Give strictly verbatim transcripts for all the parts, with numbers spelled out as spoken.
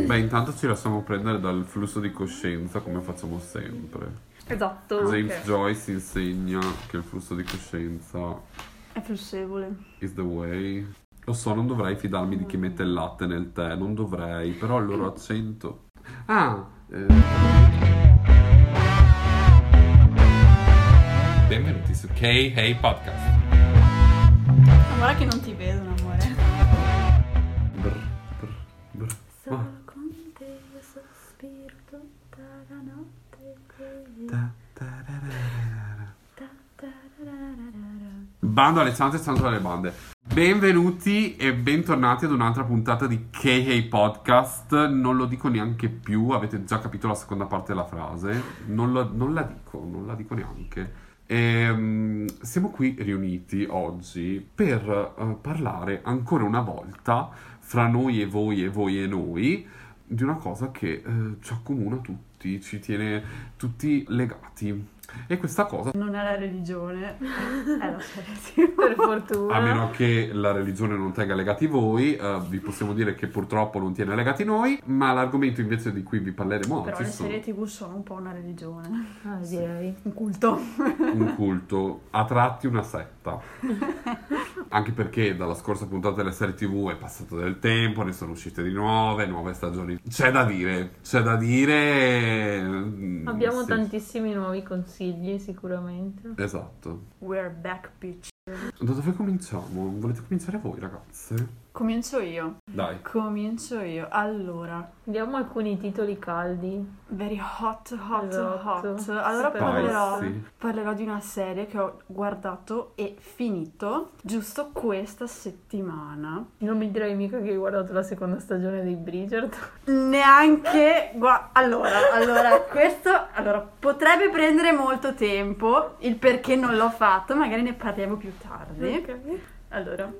Beh, intanto ci lasciamo prendere dal flusso di coscienza come facciamo sempre. Esatto. James Ok. Joyce insegna che il flusso di coscienza È flessibile. is the way. Lo so, non dovrei fidarmi di chi mette il latte nel tè, non dovrei, però il loro accento. Ah, eh. Benvenuti su K Hey Podcast. Guarda che non ti vedono, amore. Brr, brr, brr. Solo Ah. con te io sospiro tutta la notte. Ta, tararara. Ta, tararara. Bando alle ciance e ciancio alle bande. Benvenuti e bentornati ad un'altra puntata di K Hey Podcast. Non lo dico neanche più, avete già capito la seconda parte della frase. Non, lo- non la dico, non la dico neanche. Ehm, siamo qui riuniti oggi per eh, parlare ancora una volta fra noi e voi e voi e noi di una cosa che eh, ci accomuna tutti, ci tiene tutti legati. E questa cosa, Non è la religione, è la serie. Per fortuna. a meno che la religione non tenga legati voi, eh, vi possiamo dire che purtroppo non tiene legati noi, ma l'argomento invece di cui vi parleremo Però oggi le sono serie tv sono un po' una religione. Ah, direi. Un culto. un culto, a tratti una setta. Anche perché dalla scorsa puntata delle serie tv è passato del tempo, ne sono uscite di nuove, nuove stagioni. C'è da dire, c'è da dire. mm, Abbiamo sì. tantissimi nuovi consigli, sicuramente. Esatto. We're back, bitch. Da dove cominciamo? Volete cominciare voi, ragazze? Comincio io. Dai. Comincio io. Allora, Diamo alcuni titoli caldi. very hot, hot, Esatto. hot. Allora Super parlerò, spicy. parlerò di una serie che ho guardato e finito giusto questa settimana. Non mi direi mica che hai guardato la seconda stagione dei Bridgerton. Neanche gua- allora, allora questo allora potrebbe prendere molto tempo, il perché non l'ho fatto, magari ne parliamo più tardi. Allora,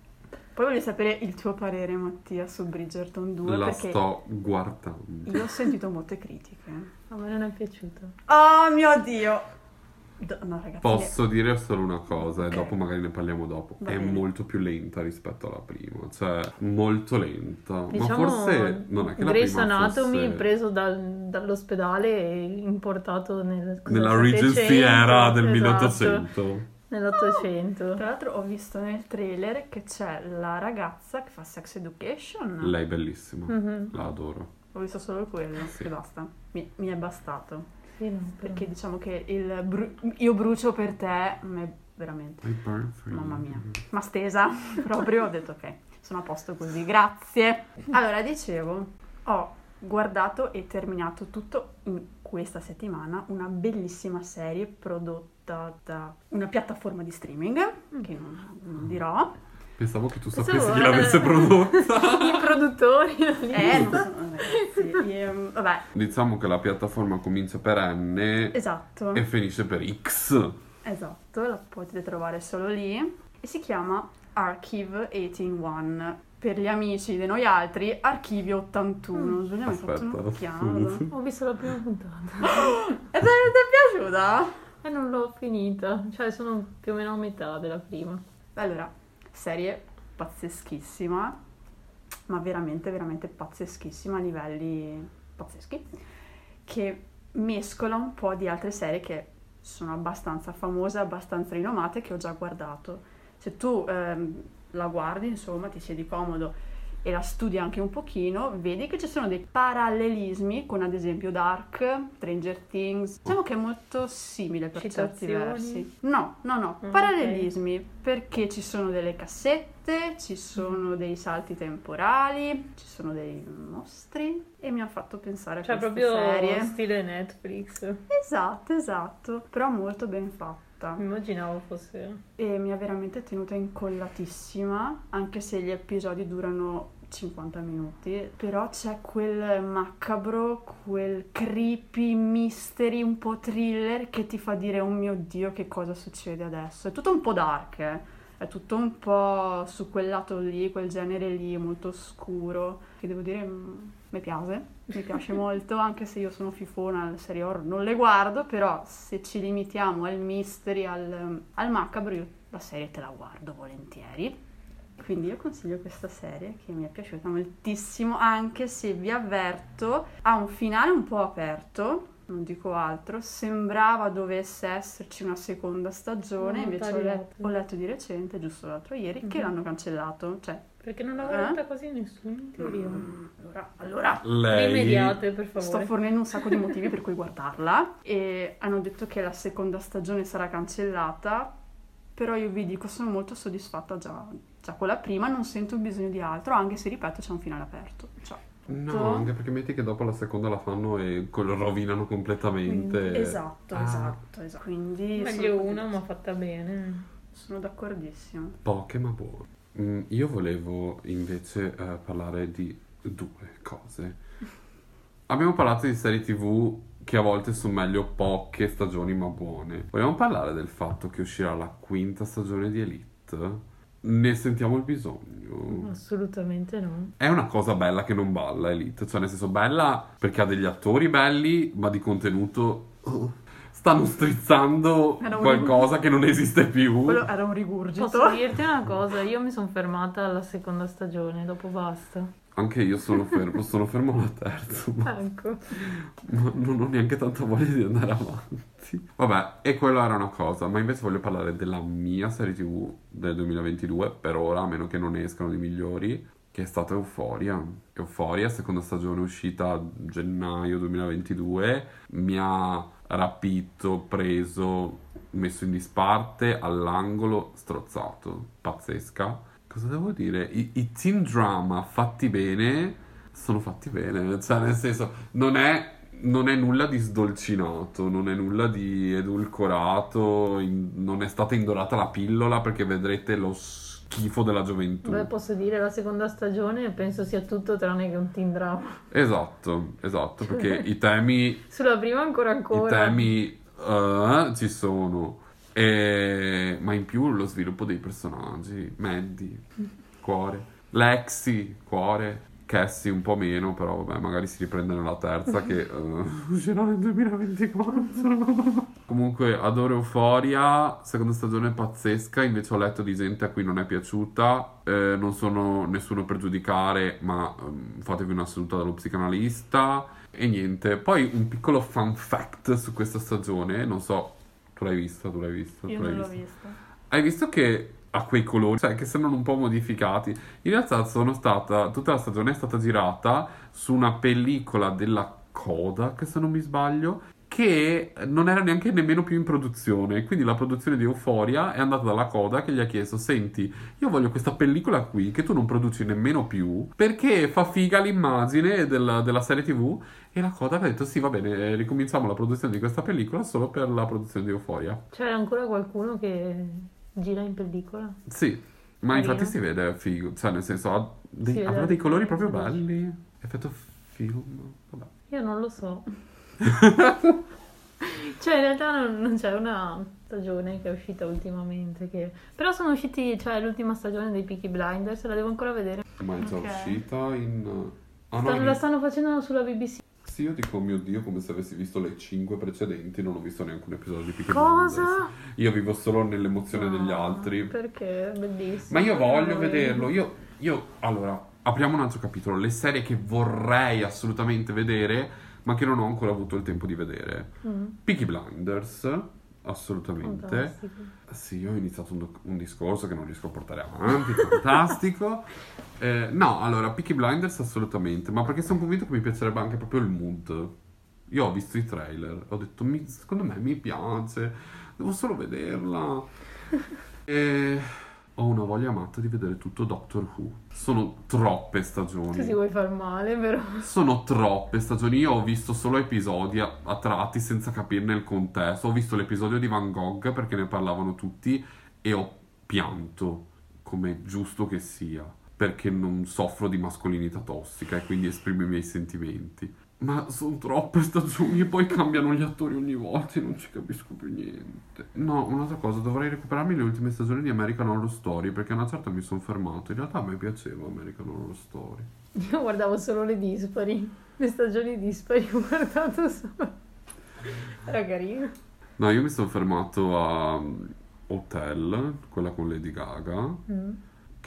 poi voglio sapere il tuo parere, Mattia, su Bridgerton due, La perché sto guardando. io ho sentito molte critiche. A me non è piaciuto. Oh mio Dio! Do- no, ragazzi, Posso dire solo una cosa Ok. e dopo magari ne parliamo dopo. Va È bene. molto più lenta rispetto alla prima, cioè molto lenta. Diciamo, Ma forse non è che la Grey's prima Anatomy fosse... preso dal- dall'ospedale e importato nel, cos'è, nella Regency settecento, era del esatto, milleottocento. Nell'Ottocento. Tra l'altro ho visto nel trailer che c'è la ragazza che fa Sex Education. Lei è bellissima, Mhm. la adoro. Ho visto solo quello Sì. e basta. Mi, mi è bastato. Sì, no, però- Perché diciamo che il bru- io brucio per te, a me veramente. I burn for you. Mamma mia. Ma stesa, proprio ho detto ok, sono a posto così, grazie. Allora, dicevo, ho guardato e terminato tutto in questa settimana una bellissima serie prodotta da una piattaforma di streaming, che non, non dirò. Pensavo che tu Pensavo sapessi chi era- l'avesse prodotta. I produttori. Eh, non sono ragazzi, ehm, vabbè, Diciamo che la piattaforma comincia per N esatto. e finisce per X. Esatto, la potete trovare solo lì e si chiama Archive ottantuno. Per gli amici di noi altri, Archivio ottantuno. Sbaglio, mi hai fatto Aspetta, un'occhiata. scusa. Ho visto la prima puntata E te- ti è piaciuta? e non l'ho finita, cioè sono più o meno a metà della prima. Allora, serie pazzeschissima, ma veramente, veramente pazzeschissima a livelli pazzeschi, che mescola un po' di altre serie che sono abbastanza famose, abbastanza rinomate, che ho già guardato. Se tu ehm, la guardi, insomma, ti siedi comodo e la studi anche un pochino, vedi che ci sono dei parallelismi con ad esempio Dark, Stranger Things. Diciamo che è molto simile per certi Citazioni? versi. No, no, no, Mm, parallelismi perché ci sono delle cassette, ci sono dei salti temporali, ci sono dei mostri e mi ha fatto pensare a Cioè queste proprio serie. stile Netflix. Esatto, esatto, però molto ben fatta. Immaginavo fosse... E mi ha veramente tenuta incollatissima, anche se gli episodi durano cinquanta minuti, però c'è quel macabro, quel creepy mystery, un po' thriller che ti fa dire oh mio Dio che cosa succede adesso. È tutto un po' dark, eh? È tutto un po' su quel lato lì, quel genere lì molto scuro, che devo dire mm, mi piace, mi piace molto, anche se io sono fifona alle serie horror, non le guardo, però se ci limitiamo al mystery, al, al macabro, io la serie te la guardo volentieri. Quindi io consiglio questa serie che mi è piaciuta moltissimo, anche se vi avverto, ha un finale un po' aperto, non dico altro, sembrava dovesse esserci una seconda stagione, No, invece ho tagliato. letto, ho letto di recente, giusto l'altro ieri, che Mhm. l'hanno cancellato, cioè... Perché non l'ho Eh? guardata quasi nessuno in teoria. Allora, allora Lei... Rimediate, per sto favore. fornendo un sacco di motivi per cui guardarla e hanno detto che la seconda stagione sarà cancellata, però io vi dico sono molto soddisfatta già, già con la prima, non sento bisogno di altro, anche se ripeto c'è un finale aperto. Cioè, No, anche perché metti che dopo la seconda la fanno e co- lo rovinano completamente. esatto, Ah, esatto, esatto. Quindi Meglio sono, una, ma fatta bene. sono d'accordissimo. Poche ma buone. Mm, io volevo invece eh, parlare di due cose. Abbiamo parlato di serie tivù che a volte sono meglio poche stagioni ma buone. Vogliamo parlare del fatto che uscirà la quinta stagione di Elite? Ne sentiamo il bisogno? Assolutamente no. È una cosa bella che non balla Elite, cioè nel senso bella perché ha degli attori belli, ma di contenuto oh, stanno strizzando Era un qualcosa che non esiste più. Quello era un rigurgito. Posso dirti una cosa? Io mi sono fermata alla seconda stagione, dopo basta. Anche io sono fermo, sono fermo alla terza, ma, Ecco. ma non ho neanche tanta voglia di andare avanti. Vabbè, e quella era una cosa, ma invece voglio parlare della mia serie tivù del duemilaventidue, per ora, a meno che non escano di migliori, che è stata Euphoria. Euphoria, seconda stagione uscita a gennaio duemilaventidue, mi ha rapito, preso, messo in disparte, all'angolo, strozzato. Pazzesca. Cosa devo dire? I, i teen drama fatti bene sono fatti bene, cioè nel senso non è, non è nulla di sdolcinato, non è nulla di edulcorato, in- non è stata indorata la pillola perché vedrete lo schifo della gioventù. Beh, posso dire, la seconda stagione penso sia tutto tranne che un teen drama. Esatto, esatto, perché i temi, Sulla prima ancora i ancora. temi eh, ci sono. E- ma in più lo sviluppo dei personaggi, Maddie, cuore, Lexi, cuore, Cassie un po' meno, però vabbè, magari si riprende nella terza che eh, uscirà nel duemilaventiquattro. Comunque adoro Euphoria, seconda stagione pazzesca, invece ho letto di gente a cui non è piaciuta, eh, non sono nessuno per giudicare, ma ehm, fatevi una seduta dallo psicanalista e niente. Poi un piccolo fun fact su questa stagione, non so. Tu l'hai vista, tu l'hai vista, Io tu l'hai non l'ho vista. vista. Hai visto che ha quei colori, cioè che sembrano un po' modificati? In realtà sono stata, tutta la stagione è stata girata su una pellicola della Kodak, se non mi sbaglio, che non era neanche nemmeno più in produzione. Quindi la produzione di Euphoria è andata dalla Kodak e gli ha chiesto: senti, io voglio questa pellicola qui che tu non produci nemmeno più perché fa figa l'immagine del- della serie tivù. E la Kodak ha detto: sì, va bene, eh, ricominciamo la produzione di questa pellicola solo per la produzione di Euphoria. C'è ancora qualcuno che gira in pellicola? Sì, ma Carino. infatti si vede figo, cioè nel senso ha dei, Si vede avrà la dei colori proprio differenza, belli, effetto film, vabbè. Io non lo so. Cioè, in realtà non, non c'è una stagione che è uscita ultimamente che... Però sono usciti, cioè, l'ultima stagione dei Peaky Blinders, la devo ancora vedere. Ma è già Ok. uscita in... Ah no, Stanno- in- la stanno facendo sulla B B C. sì, io dico, oh mio Dio, come se avessi visto le cinque precedenti, non ho visto neanche un episodio di Peaky Cosa? Blinders. Io vivo solo nell'emozione degli No, altri. Perché è bellissimo. Ma io voglio Eh, vederlo, io, io... Allora, apriamo un altro capitolo, le serie che vorrei assolutamente vedere, ma che non ho ancora avuto il tempo di vedere. Mm, Peaky Blinders, assolutamente. fantastico. Sì, io ho iniziato un, doc- un discorso che non riesco a portare avanti, fantastico. Eh, no, allora, Peaky Blinders assolutamente, ma perché sono convinto che mi piacerebbe anche proprio il mood. Io ho visto i trailer, ho detto, mi- secondo me mi piace, devo solo vederla. E ho una voglia matta di vedere tutto Doctor Who. Sono troppe stagioni. Tu ti vuoi far male, però. Sono troppe stagioni. Io ho visto solo episodi a, a tratti senza capirne il contesto. Ho visto l'episodio di Van Gogh perché ne parlavano tutti e ho pianto, come giusto che sia, perché non soffro di mascolinità tossica e quindi esprimo i miei sentimenti. Ma sono troppe stagioni e poi cambiano gli attori ogni volta e non ci capisco più niente. No, un'altra cosa, dovrei recuperarmi le ultime stagioni di American Horror Story perché a una certa mi sono fermato. In realtà a me piaceva American Horror Story. Io guardavo solo le dispari. Le stagioni dispari ho guardato solo. Era carino. No, io mi sono fermato a um, Hotel, quella con Lady Gaga, Mm.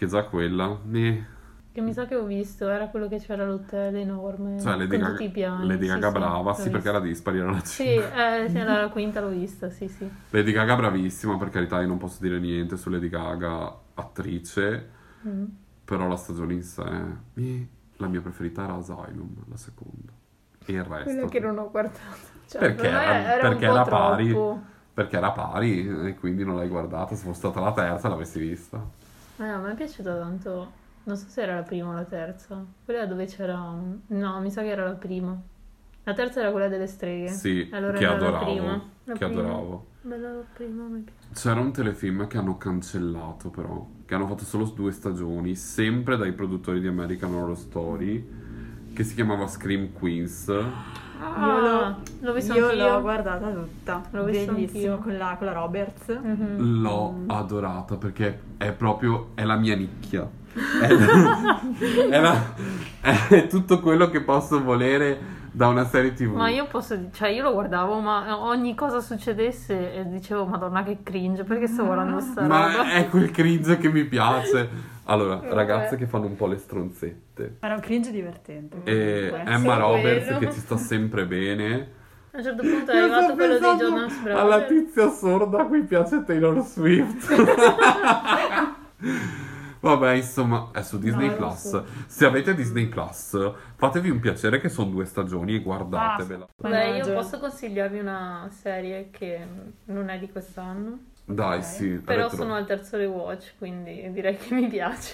che già quella, eh. Che mi sa che ho visto, era quello che c'era l'hotel enorme, Cioè Lady con Gaga, tutti i piani. Lady Sì, Gaga sì, brava, l'ho sì, visto. perché era di sparire alla Sì, cinta. eh, sì, la quinta l'ho vista, sì, sì. Lady Gaga bravissima, per carità, io non posso dire niente su Lady Gaga, attrice, Mm. però la stagione in sé, eh, la mia preferita era Asylum, la seconda. E il resto... Quello che non ho guardato. Cioè, Perché per me era- era, perché un po' era pari. troppo. Perché era pari e quindi non l'hai guardata, se fosse stata la terza l'avresti vista. Eh, a me è piaciuta tanto. Non so se era la prima o la terza. Quella dove c'era un... No, mi sa che era la prima. La terza era quella delle streghe. Sì, Allora che era la adoravo, prima. La che prima. adoravo. Bella la prima, mi piace. C'era un telefilm che hanno cancellato però, che hanno fatto solo due stagioni, sempre dai produttori di American Horror Story, che si chiamava Scream Queens. Ah, Io l'ho- l'ho visto Io anch'io. l'ho guardata tutta, L'ho vista bellissimo, anch'io. con la, con la Roberts. Mhm. L'ho adorata perché è proprio, è la mia nicchia. È, la- è la- è tutto quello che posso volere da una serie tivù. Ma io posso dire, cioè io lo guardavo, ma ogni cosa succedesse e dicevo, Madonna che cringe, perché sto guardando sta roba? Ma è quel cringe che mi piace. Allora, Vabbè. ragazze che fanno un po' le stronzette. Era un cringe divertente. E comunque. Emma Solo Roberts quello. che ci sta sempre bene. A un certo punto è Io arrivato sto quello dei pensando Jonas Brothers. alla tizia sorda a cui piace Taylor Swift. Vabbè, insomma, è su Disney No, lo Plus. so. Se avete Disney Plus, fatevi un piacere che sono due stagioni e guardatevela. Beh, io Mannaggia. posso consigliarvi una serie che non è di quest'anno, Dai, Ok. sì, però retro. sono al terzo rewatch, quindi direi che mi piace.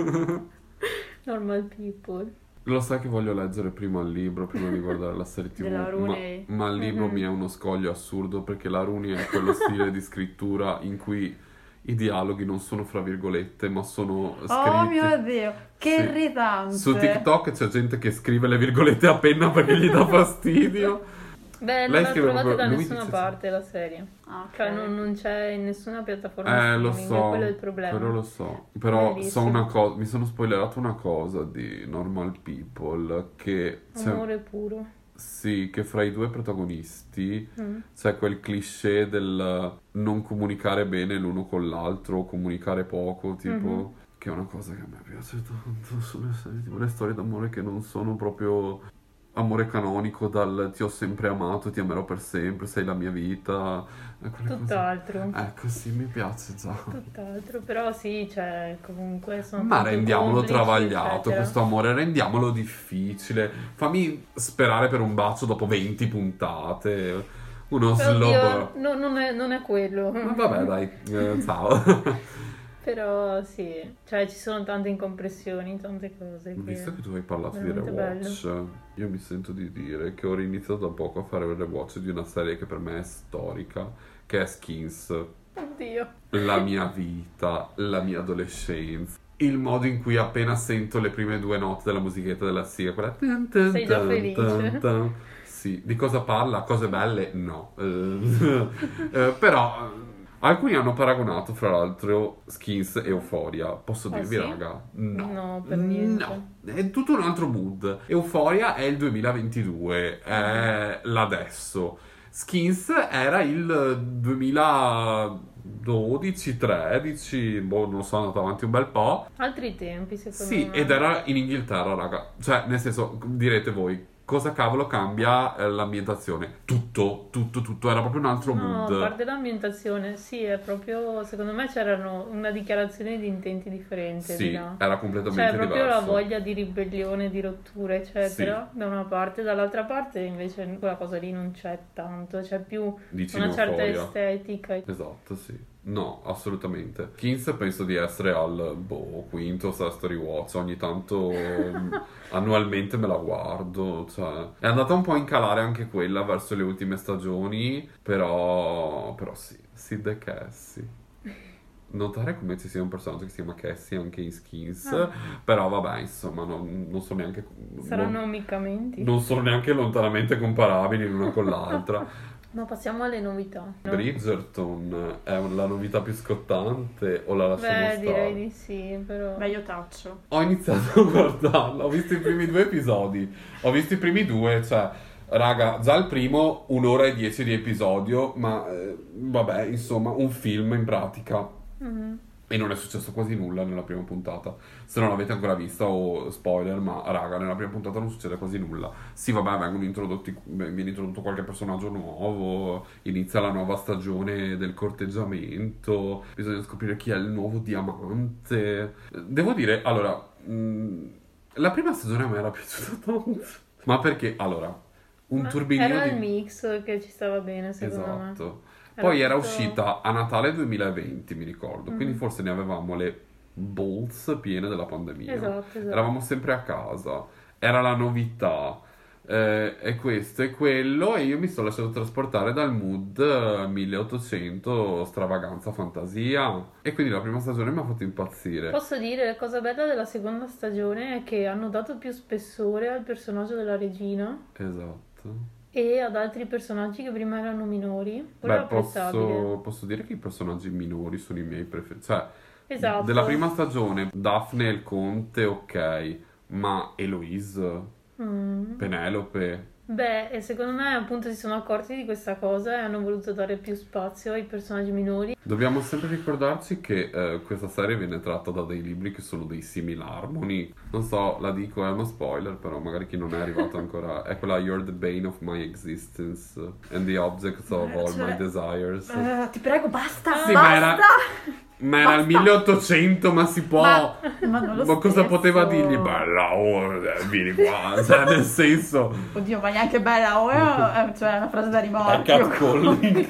Normal People. Lo sai che voglio leggere prima il libro, prima di guardare la serie tivù, Della ma, Rooney. ma il libro Mhm. mi è uno scoglio assurdo perché la Rooney è quello stile di scrittura in cui i dialoghi non sono fra virgolette, ma sono scritti. Oh mio Dio, che Sì. irritante. Su TikTok c'è gente che scrive le virgolette a penna perché gli dà fastidio. Beh, non Lei la scrive trovate proprio- da lui nessuna dice- parte la serie. Ah, ok. Cioè non, non c'è in nessuna piattaforma Eh, lo streaming, so, quello è il problema. quello lo so. Però so Bellissimo. una cosa, mi sono spoilerato una cosa di Normal People che c'è, Amore puro. sì, che fra i due protagonisti Mm. c'è quel cliché del non comunicare bene l'uno con l'altro, comunicare poco, tipo, Mhm. che è una cosa che a me piace tanto sulle serie, tipo le storie d'amore che non sono proprio amore canonico dal ti ho sempre amato, ti amerò per sempre, sei la mia vita, e quelle cose. Tutt'altro. Ecco, sì, mi piace già. Tutt'altro, però sì, cioè, comunque sono Ma tanti rendiamolo complici, travagliato eccetera. questo amore, rendiamolo difficile. Fammi sperare per un bacio dopo venti puntate. Uno Però, slow oddio, burn. no, non, è, non è quello. Ma vabbè, dai, eh, ciao. Però sì, cioè ci sono tante incompressioni, tante cose che... Visto che tu hai parlato di veramente rewatch, io mi sento di dire che ho iniziato da poco a fare il rewatch di una serie che per me è storica, che è Skins. Oddio. La mia vita, la mia adolescenza. Il modo in cui appena sento le prime due note della musichetta della sigla, quella... Sei già felice. Sì, di cosa parla? Cose belle? No. Eh, eh, però eh, alcuni hanno paragonato fra l'altro Skins e Euphoria. Posso Ah, dirvi, sì? raga? No. No, per niente. No. È tutto un altro mood. Euphoria è il duemilaventidue, è l'adesso. Skins era il duemiladodici, tredici, boh, non lo so, è andato avanti un bel po'. Altri tempi, secondo Sì, me. ed era in Inghilterra, raga. Cioè, nel senso, direte voi, cosa cavolo cambia eh, l'ambientazione? Tutto, tutto, tutto, era proprio un altro No, mood. a parte l'ambientazione, sì, è proprio, secondo me c'erano una dichiarazione di intenti differente Sì, di là. era completamente Cioè, proprio diverso. la voglia di ribellione, di rottura, eccetera, da una parte, dall'altra parte invece quella cosa lì non c'è tanto, c'è più Dici una in certa Euphoria. estetica. Esatto, sì. No, assolutamente. Skins penso di essere al boh, quinto, sesto rewatch. Ogni tanto mm, annualmente me la guardo. Cioè, è andata un po' in calare anche quella verso le ultime stagioni. Però, però sì, Sid e Cassie. Notare come ci sia un personaggio che si chiama Cassie anche in Skins. Ah. Però vabbè, insomma, non, non sono neanche. Saranno non, ammiccamenti. non sono neanche lontanamente comparabili l'una con l'altra. Ma passiamo alle novità. no? Bridgerton è la novità più scottante o la lasciamo Beh, stare? direi di sì, però... Beh, io taccio. Ho iniziato a guardarla, ho visto i primi due episodi, ho visto i primi due, cioè, raga, già il primo un'ora e dieci di episodio, ma eh, vabbè, insomma, un film in pratica. Mhm. E non è successo quasi nulla nella prima puntata. Se non l'avete ancora vista, o spoiler, ma raga, nella prima puntata non succede quasi nulla. Sì, vabbè, vengono introdotti, viene introdotto qualche personaggio nuovo, inizia la nuova stagione del corteggiamento, bisogna scoprire chi è il nuovo diamante. Devo dire, allora, mh, la prima stagione a me era piaciuta tanto. Ma perché, allora, un Ma turbinio era di... il mix che ci stava bene, secondo me. Esatto. Era Poi era tutto- uscita a Natale duemilaventi, mi ricordo, quindi Mhm. forse ne avevamo le balls piene della pandemia. Esatto, esatto. Eravamo sempre a casa, era la novità, eh, e questo e quello, e io mi sono lasciato trasportare dal mood eh, milleottocento, stravaganza, fantasia, e quindi la prima stagione mi ha fatto impazzire. Posso dire, la cosa bella della seconda stagione è che hanno dato più spessore al personaggio della regina Esatto. e ad altri personaggi che prima erano minori. Quello è Beh, apprezzabile. posso, posso dire che i personaggi minori sono i miei preferiti. Cioè, Esatto. della prima stagione, Daphne e il conte, ok, ma Eloise, Mm. Penelope, Beh, e secondo me appunto si sono accorti di questa cosa e hanno voluto dare più spazio ai personaggi minori. dobbiamo sempre ricordarci che eh, questa serie viene tratta da dei libri che sono dei similarmoni. Non so, la dico, è uno spoiler, però magari chi non è arrivato ancora, è quella You're the bane of my existence and the object of all Cioè, my desires. Eh, ti prego, basta, Sì, ma basta! era- Ma era il Basta. milleottocento, ma si può... Ma, ma non lo Ma cosa stesso. poteva dirgli? Bella, oh, eh, vieni qua, cioè nel senso... Oddio, ma neanche bella, oh, eh, cioè è una frase da È rimorchio. catcalling.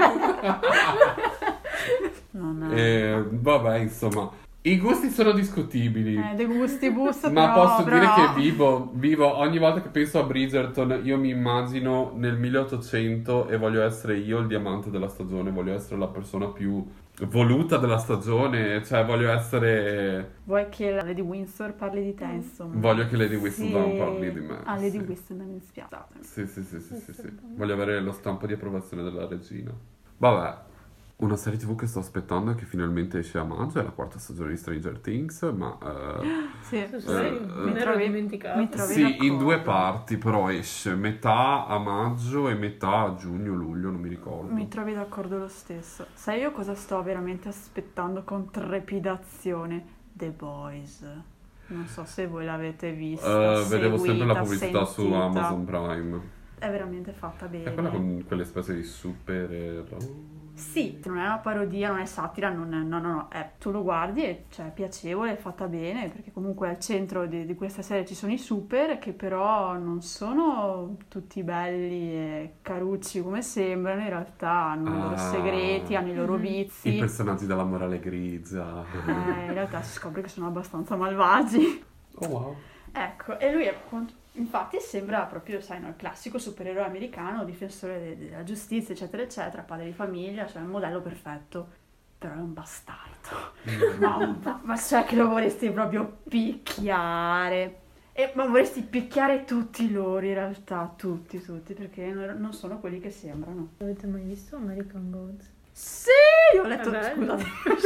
Non è... Eh, vabbè, insomma, i gusti sono discutibili. Eh, De Gustibus, Ma però, posso però... dire che vivo, vivo, ogni volta che penso a Bridgerton, io mi immagino nel milleottocento e voglio essere io il diamante della stagione, voglio essere la persona più voluta della stagione, cioè voglio essere... Vuoi che la Lady Windsor parli di te, insomma? Voglio che Lady Whistledown Sì. parli di me. Ah, Lady sì. Whistledown, mi dispiace. Sì, sì, sì, sì, sì, sì. Voglio avere lo stampo di approvazione della regina. Vabbè, una serie tivù che sto aspettando e che finalmente esce a maggio è la quarta stagione di Stranger Things, ma... eh, Sì, Sì, sì, sì, eh, me ne mi ero trovi, dimenticato. mi trovi sì, in d'accordo. due parti, però esce metà a maggio e metà a giugno, luglio, non mi ricordo. Mi trovi d'accordo lo stesso. Sai io cosa sto veramente aspettando con trepidazione? The Boys. Non so se voi l'avete vista, Eh, vedevo sempre la seguita, pubblicità su sentita. Amazon Prime. È veramente fatta bene. È quella con quelle specie di supereroi. Sì, non è una parodia, non è satira, non è, no, no, no, è, tu lo guardi e cioè, è piacevole, è fatta bene, perché comunque al centro di, di questa serie ci sono i super, che però non sono tutti belli e carucci come sembrano, in realtà hanno i loro Ah. segreti, hanno i loro Mhm. vizi, I personaggi della morale grigia. eh, in realtà si scopre che sono abbastanza malvagi. Oh wow. Ecco, e lui appunto, infatti sembra proprio, sai, no, il classico supereroe americano, difensore de- della giustizia, eccetera, eccetera, padre di famiglia, cioè il modello perfetto, però è un bastardo. Ma, un ba- ma cioè che lo vorresti proprio picchiare. E, ma vorresti picchiare tutti loro in realtà, tutti, tutti, perché non non sono quelli che sembrano. Avete mai visto American Gods? Sì, io ho letto, È bello.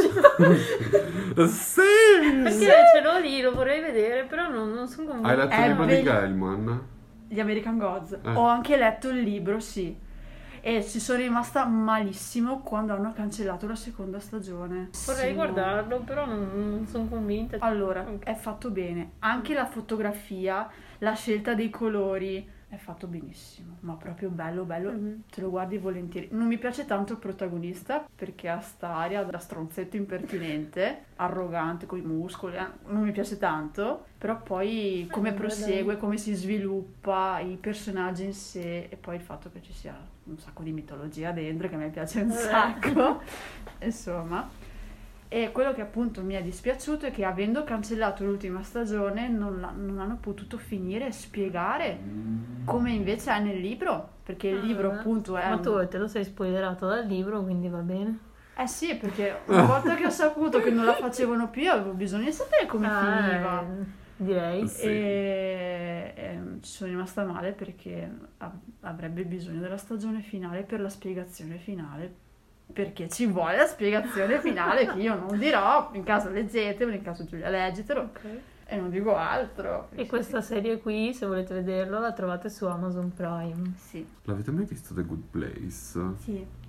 scusate, Sì! Perché ce l'ho lì, lo vorrei vedere, però non, non sono convinta. Hai letto È il libro di belli- Gaiman? gli American Gods. Eh. Ho anche letto il libro, sì. E ci sono rimasta malissimo quando hanno cancellato la seconda stagione. Vorrei Sì. guardarlo, però non, non sono convinta. Allora, Ok. è fatto bene. Anche la fotografia, la scelta dei colori, è fatto benissimo. Ma proprio bello, bello. Mhm. Te lo guardi volentieri. Non mi piace tanto il protagonista perché ha sta aria da stronzetto impertinente, arrogante, coi muscoli. eh, Non mi piace tanto. Però poi come Eh, prosegue, dai. come si sviluppa, i personaggi in sé e poi il fatto che ci sia un sacco di mitologia dentro che a me piace un Eh. sacco. Insomma. E quello che appunto mi è dispiaciuto è che avendo cancellato l'ultima stagione non, la- non hanno potuto finire e spiegare come invece è nel libro, perché il Ah, libro vabbè. appunto è... Ma un- tu te lo sei spoilerato dal libro, quindi va bene. Eh sì, perché una volta che ho saputo che non la facevano più avevo bisogno di sapere come Ah, finiva. eh, direi. Sì. E, e ci sono rimasta male perché av- avrebbe bisogno della stagione finale per la spiegazione finale. Perché ci vuole la spiegazione finale che io non dirò, in caso leggetelo, in caso Giulia leggetelo Ok. e non dico altro. E questa serie qui, se volete vederlo, la trovate su Amazon Prime. Sì, L'avete mai visto The Good Place? sì,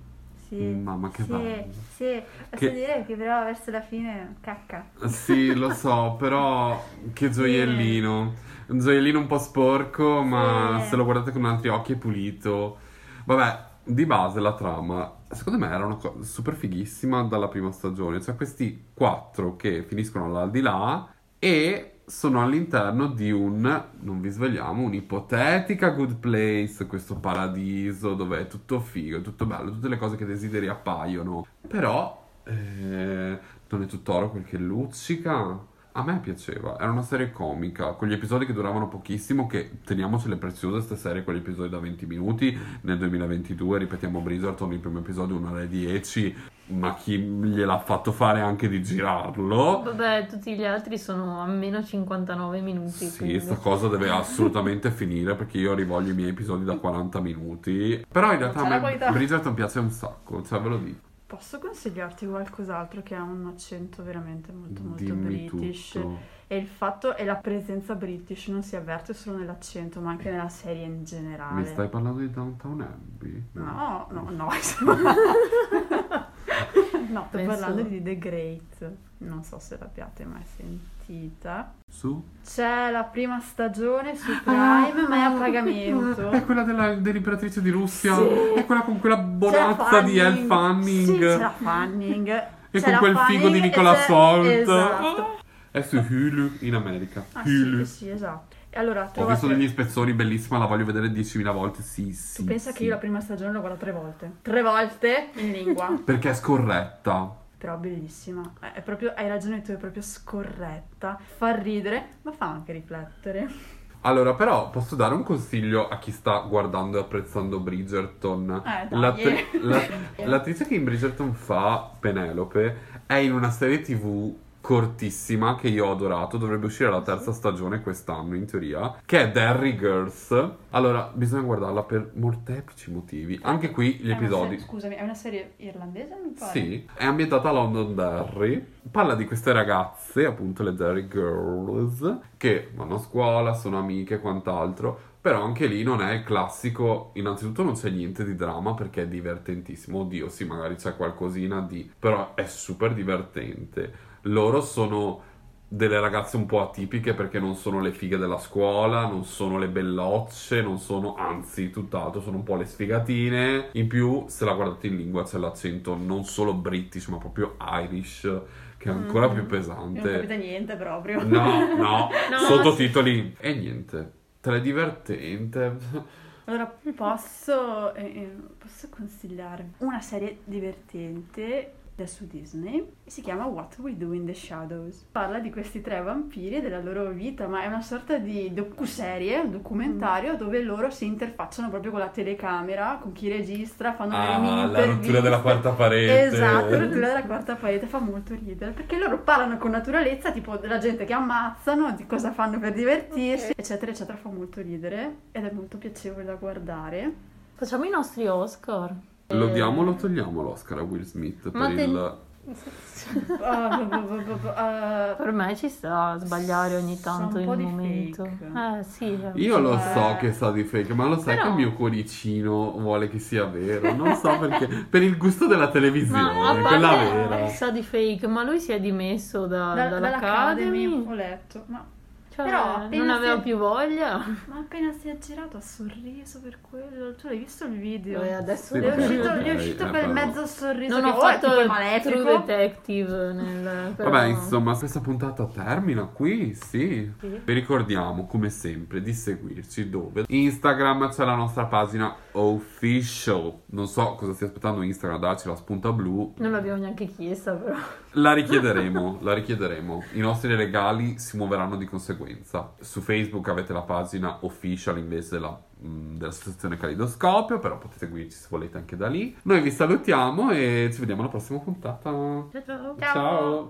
Sì, Mamma che sì, bello. sì, posso Che- dire che però verso la fine cacca. Sì, lo so, però che gioiellino. Un gioiellino un po' sporco, ma Sì. se lo guardate con altri occhi è pulito. Vabbè, di base la trama, secondo me era una cosa super fighissima dalla prima stagione. Cioè questi quattro che finiscono all'aldilà e sono all'interno di un, non vi svegliamo, un'ipotetica good place, questo paradiso dove è tutto figo, è tutto bello, tutte le cose che desideri appaiono. Però eh, non è tutt'oro quel che luccica. A me piaceva, era una serie comica, con gli episodi che duravano pochissimo, che teniamocele preziose queste serie con gli episodi da venti minuti, nel duemilaventidue, ripetiamo Bridgerton, il primo episodio un'ora e dieci, ma chi gliel'ha fatto fare anche di girarlo? Vabbè, tutti gli altri sono almeno cinquantanove minuti. Sì, quindi. sta cosa deve assolutamente finire perché io rivoglio i miei episodi da quaranta minuti. Però in realtà C'è a la me qualità. Bridgerton piace un sacco, cioè ve lo dico. Posso consigliarti qualcos'altro che ha un accento veramente molto molto Dimmi british? tutto. E il fatto è la presenza british non si avverte solo nell'accento, ma anche nella serie in Mi generale. stai parlando di Downton Abbey? No, no, no. No, sto Penso- parlando di The Great. Non so se l'abbiate mai sentita. Su? C'è la prima stagione su Prime, ma è a pagamento. È quella della, dell'imperatrice di Russia? Sì. È quella con quella C'è la bonazza di Elle Fanning. Fanning? Sì, c'è la Fanning. E C'è con la quel figo Fanning di e Nicola c'è- Salt. Esatto. È su Hulu in America. Ah, Hulu. sì, sì, esatto. E allora, Ho visto trovate... degli spezzoni, bellissima, la voglio vedere diecimila volte. Sì, sì. Tu pensa sì. che io la prima stagione l'ho guardata tre volte. Tre volte in lingua. Perché è scorretta. Però bellissima. È è proprio, hai ragione tu, è proprio scorretta. Fa ridere, ma fa anche riflettere. Allora, però, posso dare un consiglio a chi sta guardando e apprezzando Bridgerton? Eh, dai. L'attri- la- l'attrice che in Bridgerton fa Penelope è in una serie tivù cortissima che io ho adorato, dovrebbe uscire la terza stagione quest'anno in teoria, che è Derry Girls. Allora, bisogna guardarla per molteplici motivi. Anche qui gli È una episodi... serie- scusami, è una serie irlandese, mi pare? Sì, è ambientata a Londonderry. Parla di queste ragazze, appunto le Derry Girls, che vanno a scuola, sono amiche e quant'altro. Però anche lì non è il classico. Innanzitutto non c'è niente di dramma perché è divertentissimo. Oddio, sì, magari c'è qualcosina di... però è super divertente. Loro sono delle ragazze un po' atipiche perché non sono le fighe della scuola, non sono le bellocce, non sono, anzi, tutt'altro, sono un po' le sfigatine. In più, se la guardate in lingua, c'è l'accento non solo british, ma proprio Irish, che è ancora Mm. più Non pesante. capite niente proprio. No, no, No, sottotitoli e niente. Teledivertente. Allora, posso, eh, eh, posso consigliarvi una serie divertente è su Disney e si chiama What We Do in the Shadows. Parla di questi tre vampiri e della loro vita, ma è una sorta di docuserie, un documentario dove loro si interfacciano proprio con la telecamera, con chi registra, fanno delle mini Ah, la interviste. rottura della quarta parete. Esatto, la rottura della quarta parete fa molto ridere perché loro parlano con naturalezza, tipo della gente che ammazzano, di cosa fanno per divertirsi, eccetera, eccetera. Fa molto ridere ed è molto piacevole da guardare. Facciamo i nostri Oscar. Lo Eh, diamo o lo togliamo l'Oscar a Will Smith Ma per te- il... Ah, bu- bu- bu- bu- bu- ah, Per me ci sta a sbagliare ogni Sa un tanto in po' un di momento. fake. Eh sì. Io lo Eh. so che sa di fake, ma lo sai Però- che il mio cuoricino vuole che sia vero. Non so perché. Per il gusto della televisione, Ma a quella parte vera. sa di fake, ma lui si è dimesso da, da- dall'Academy. dall'Academy ho letto, ma, Cioè, Però appena non aveva si- più voglia. ma appena si è girato ha sorriso per quello. Tu hai visto il video? Eh, adesso Sì, Gli è vabbè, uscito, ok, gli è uscito eh, quel però- mezzo sorriso Non che ho ora è fatto tipo il malefico. True Detective nel... però- Vabbè, insomma, questa puntata termina qui, sì. Sì. Vi ricordiamo, come sempre, di seguirci dove? Instagram c'è la nostra pagina official. Non so cosa stia aspettando Instagram, darci la spunta blu. Non l'abbiamo neanche chiesta, però. La richiederemo, la richiederemo. I nostri regali si muoveranno di conseguenza. Su Facebook avete la pagina official invece della, mh, dell'associazione Calidoscopio, però potete seguirci se volete anche da lì. Noi vi salutiamo e ci vediamo alla prossima puntata. Ciao ciao. Ciao. Ciao.